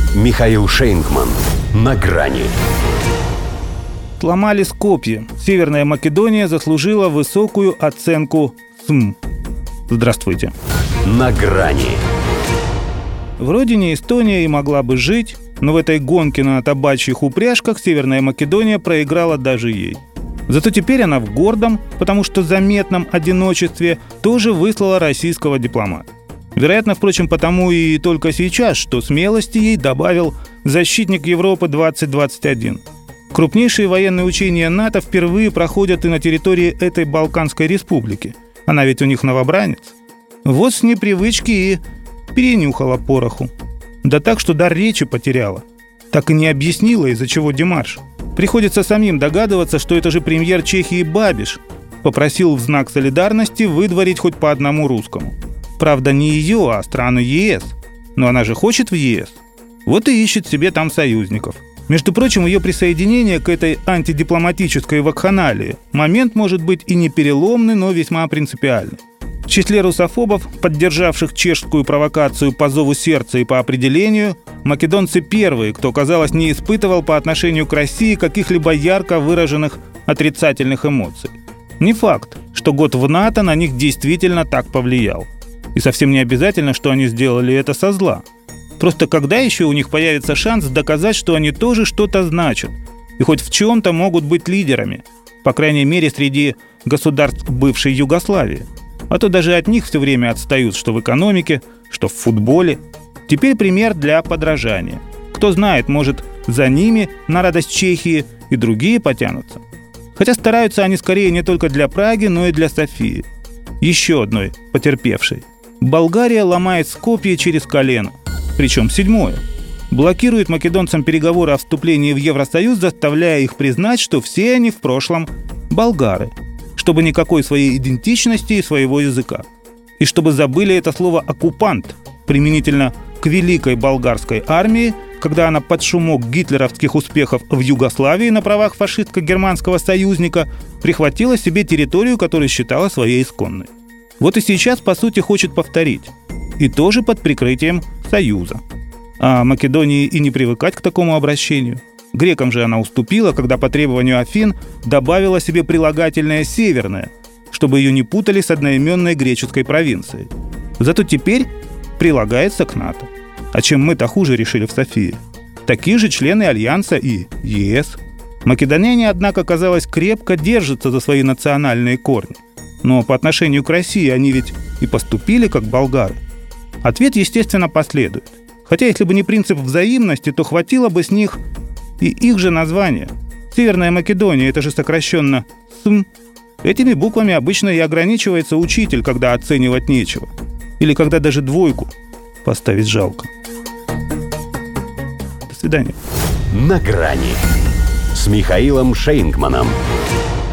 Михаил Шейнгман. На грани. Сломали Скопье. Северная Македония заслужила высокую оценку СМ. Здравствуйте. На грани. Вроде не Эстония и могла бы жить, но в этой гонке на табачьих упряжках Северная Македония проиграла даже ей. Зато теперь она в гордом, потому что заметном одиночестве тоже выслала российского дипломата. Вероятно, впрочем, потому и только сейчас, что смелости ей добавил защитник Европы 2021. Крупнейшие военные учения НАТО впервые проходят и на территории этой Балканской республики. Она ведь у них новобранец. Вот с непривычки и перенюхала пороху. Да так, что дар речи потеряла. Так и не объяснила, из-за чего демарш. Приходится самим догадываться, что это же премьер Чехии Бабиш попросил в знак солидарности выдворить хоть по одному русскому. Правда, не ее, а страну ЕС. Но она же хочет в ЕС. Вот и ищет себе там союзников. Между прочим, ее присоединение к этой антидипломатической вакханалии момент может быть и не переломный, но весьма принципиальный. В числе русофобов, поддержавших чешскую провокацию по зову сердца и по определению, македонцы первые, кто, казалось, не испытывал по отношению к России каких-либо ярко выраженных отрицательных эмоций. Не факт, что год в НАТО на них действительно так повлиял. И совсем не обязательно, что они сделали это со зла. Просто когда еще у них появится шанс доказать, что они тоже что-то значат и хоть в чем-то могут быть лидерами, по крайней мере, среди государств бывшей Югославии. А то даже от них все время отстают, что в экономике, что в футболе. Теперь пример для подражания. Кто знает, может, за ними на радость Чехии и другие потянутся. Хотя стараются они скорее не только для Праги, но и для Софии. Еще одной потерпевшей. Болгария ломает Скопье через колено. Причем 7-е. Блокирует македонцам переговоры о вступлении в Евросоюз, заставляя их признать, что все они в прошлом болгары. Чтобы никакой своей идентичности и своего языка. И чтобы забыли это слово «оккупант» применительно к великой болгарской армии, когда она под шумок гитлеровских успехов в Югославии на правах фашистско-германского союзника прихватила себе территорию, которую считала своей исконной. Вот и сейчас, по сути, хочет повторить. И тоже под прикрытием Союза. А Македонии и не привыкать к такому обращению. Грекам же она уступила, когда по требованию Афин добавила себе прилагательное «северное», чтобы ее не путали с одноименной греческой провинцией. Зато теперь прилагается к НАТО. А чем мы-то хуже решили в Софии? Такие же члены Альянса и ЕС. Македоняне, однако, казалось, крепко держатся за свои национальные корни. Но по отношению к России они ведь и поступили как болгары. Ответ, естественно, последует. Хотя, если бы не принцип взаимности, то хватило бы с них и их же названия. Северная Македония – это же сокращенно СМ. Этими буквами обычно и ограничивается учитель, когда оценивать нечего. Или когда даже двойку поставить жалко. До свидания. На грани с Михаилом Шейнгманом.